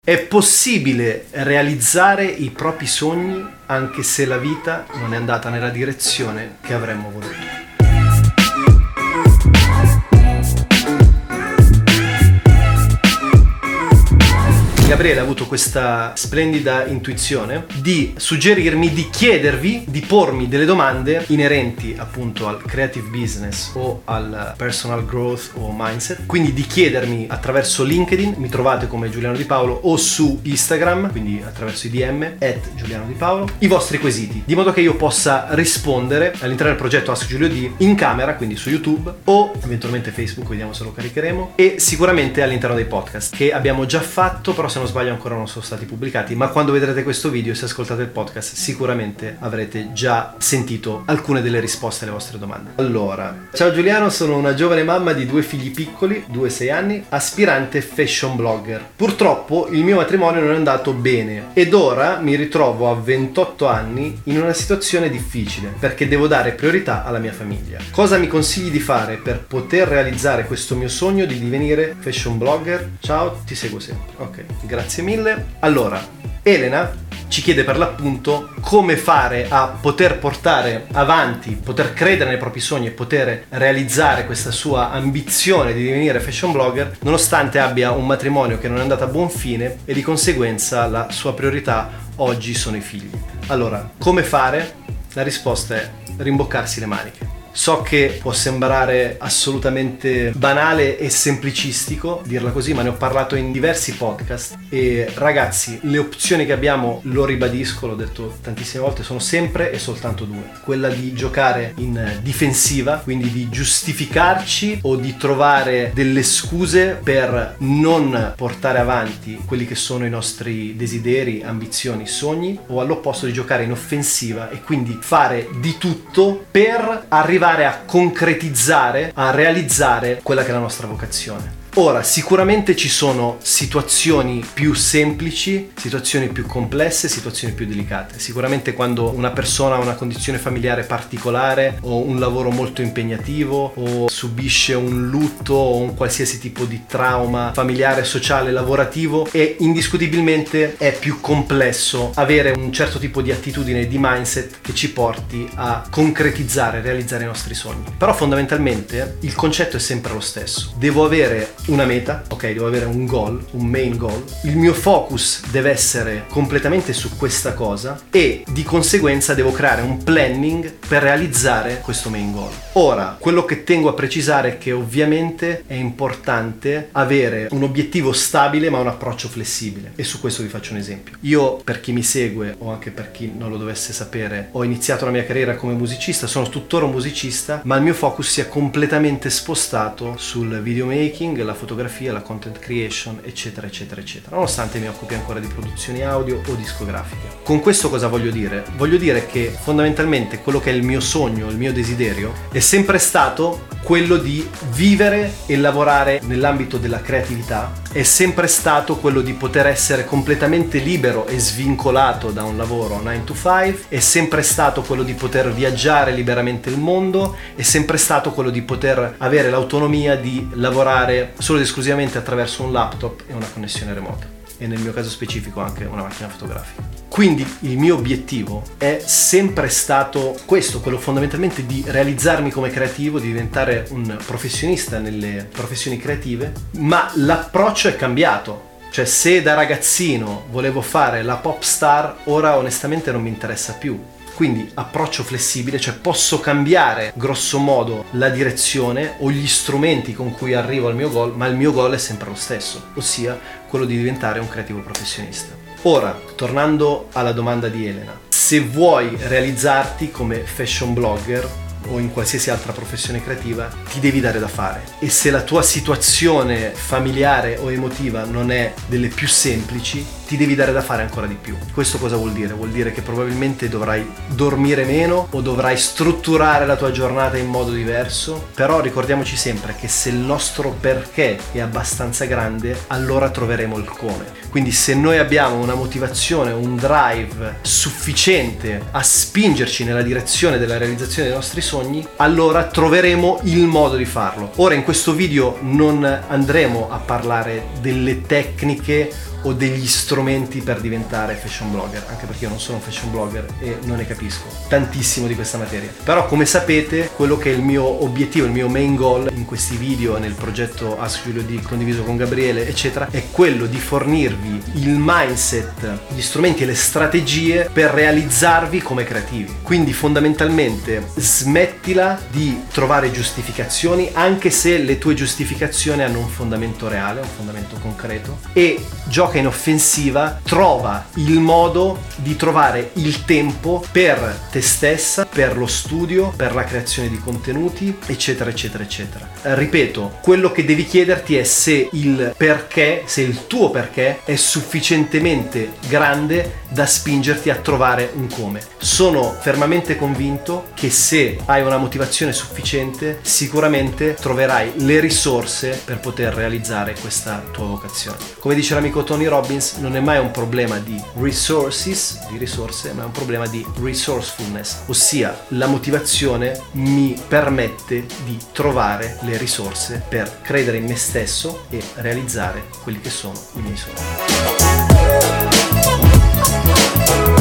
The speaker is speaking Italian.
È possibile realizzare i propri sogni anche se la vita non è andata nella direzione che avremmo voluto. Gabriele ha avuto questa splendida intuizione di suggerirmi di chiedervi, di pormi delle domande inerenti appunto al creative business o al personal growth o mindset, quindi di chiedermi attraverso LinkedIn, mi trovate come Giuliano Di Paolo, o su Instagram, quindi attraverso i DM @GiulianoDiPaolo, i vostri quesiti, di modo che io possa rispondere all'interno del progetto Ask Giulio D in camera, quindi su YouTube o eventualmente Facebook, vediamo se lo caricheremo, e sicuramente all'interno dei podcast che abbiamo già fatto, però se non sbaglio ancora non sono stati pubblicati, ma quando vedrete questo video, se ascoltate il podcast, sicuramente avrete già sentito alcune delle risposte alle vostre domande. Allora, ciao Giuliano, sono una giovane mamma di 2 figli piccoli, 2 e 6 anni, aspirante fashion blogger. Purtroppo il mio matrimonio non è andato bene ed ora mi ritrovo a 28 anni in una situazione difficile perché devo dare priorità alla mia famiglia. Cosa mi consigli di fare per poter realizzare questo mio sogno di divenire fashion blogger? Ciao, ti seguo sempre. Ok, grazie mille. Allora, Elena ci chiede per l'appunto come fare a poter portare avanti, poter credere nei propri sogni e poter realizzare questa sua ambizione di divenire fashion blogger nonostante abbia un matrimonio che non è andato a buon fine e di conseguenza la sua priorità oggi sono i figli. Allora, come fare? La risposta è rimboccarsi le maniche. So che può sembrare assolutamente banale e semplicistico dirla così, ma ne ho parlato in diversi podcast e ragazzi, le opzioni che abbiamo, lo ribadisco, l'ho detto tantissime volte, sono sempre e soltanto 2. Quella di giocare in difensiva, quindi di giustificarci o di trovare delle scuse per non portare avanti quelli che sono i nostri desideri, ambizioni, sogni, o all'opposto di giocare in offensiva e quindi fare di tutto per arrivare a concretizzare, a realizzare quella che è la nostra vocazione. Ora, sicuramente ci sono situazioni più semplici, situazioni più complesse, situazioni più delicate. Sicuramente quando una persona ha una condizione familiare particolare o un lavoro molto impegnativo o subisce un lutto o un qualsiasi tipo di trauma familiare, sociale, lavorativo, e indiscutibilmente è più complesso avere un certo tipo di attitudine e di mindset che ci porti a concretizzare, realizzare i nostri sogni. Però fondamentalmente il concetto è sempre lo stesso. Devo avere una meta, ok, devo avere un goal, un main goal, il mio focus deve essere completamente su questa cosa e di conseguenza devo creare un planning per realizzare questo main goal. Ora, quello che tengo a precisare è che ovviamente è importante avere un obiettivo stabile ma un approccio flessibile, e su questo vi faccio un esempio. Io, per chi mi segue o anche per chi non lo dovesse sapere, ho iniziato la mia carriera come musicista, sono tuttora un musicista, ma il mio focus si è completamente spostato sul videomaking, la fotografia, la content creation, eccetera eccetera eccetera, nonostante mi occupi ancora di produzioni audio o discografiche. Con questo cosa voglio dire? Voglio dire che fondamentalmente quello che è il mio sogno, il mio desiderio è sempre stato quello di vivere e lavorare nell'ambito della creatività, è sempre stato quello di poter essere completamente libero e svincolato da un lavoro 9 to 5, è sempre stato quello di poter viaggiare liberamente il mondo, è sempre stato quello di poter avere l'autonomia di lavorare solo ed esclusivamente attraverso un laptop e una connessione remota, e nel mio caso specifico anche una macchina fotografica. Quindi il mio obiettivo è sempre stato questo, quello fondamentalmente di realizzarmi come creativo, di diventare un professionista nelle professioni creative, ma l'approccio è cambiato. Cioè, se da ragazzino volevo fare la pop star, ora onestamente non mi interessa più. Quindi approccio flessibile, cioè posso cambiare grosso modo la direzione o gli strumenti con cui arrivo al mio goal, ma il mio goal è sempre lo stesso, ossia quello di diventare un creativo professionista. Ora, tornando alla domanda di Elena, se vuoi realizzarti come fashion blogger o in qualsiasi altra professione creativa, ti devi dare da fare, e se la tua situazione familiare o emotiva non è delle più semplici, ti devi dare da fare ancora di più. Questo cosa vuol dire? Vuol dire che probabilmente dovrai dormire meno o dovrai strutturare la tua giornata in modo diverso, però ricordiamoci sempre che se il nostro perché è abbastanza grande, allora troveremo il come. Quindi se noi abbiamo una motivazione, un drive sufficiente a spingerci nella direzione della realizzazione dei nostri sogni, allora troveremo il modo di farlo. Ora in questo video non andremo a parlare delle tecniche o degli strumenti per diventare fashion blogger, anche perché io non sono un fashion blogger e non ne capisco tantissimo di questa materia. Però come sapete, quello che è il mio obiettivo, il mio main goal in questi video, nel progetto Ask Giulio D condiviso con Gabriele eccetera, è quello di fornirvi il mindset, gli strumenti e le strategie per realizzarvi come creativi. Quindi fondamentalmente smettila di trovare giustificazioni, anche se le tue giustificazioni hanno un fondamento reale, un fondamento concreto, e gioca in offensiva. Trova il modo di trovare il tempo per te stessa, per lo studio, per la creazione di contenuti eccetera eccetera eccetera. Ripeto, quello che devi chiederti è se il perché, se il tuo perché è sufficientemente grande da spingerti a trovare un come. Sono fermamente convinto che se hai una motivazione sufficiente, sicuramente troverai le risorse per poter realizzare questa tua vocazione. Come dice l'amico Tony Robbins, non è mai un problema di resources, di risorse, ma è un problema di resourcefulness, ossia la motivazione mi permette di trovare le risorse per credere in me stesso e realizzare quelli che sono i miei sogni.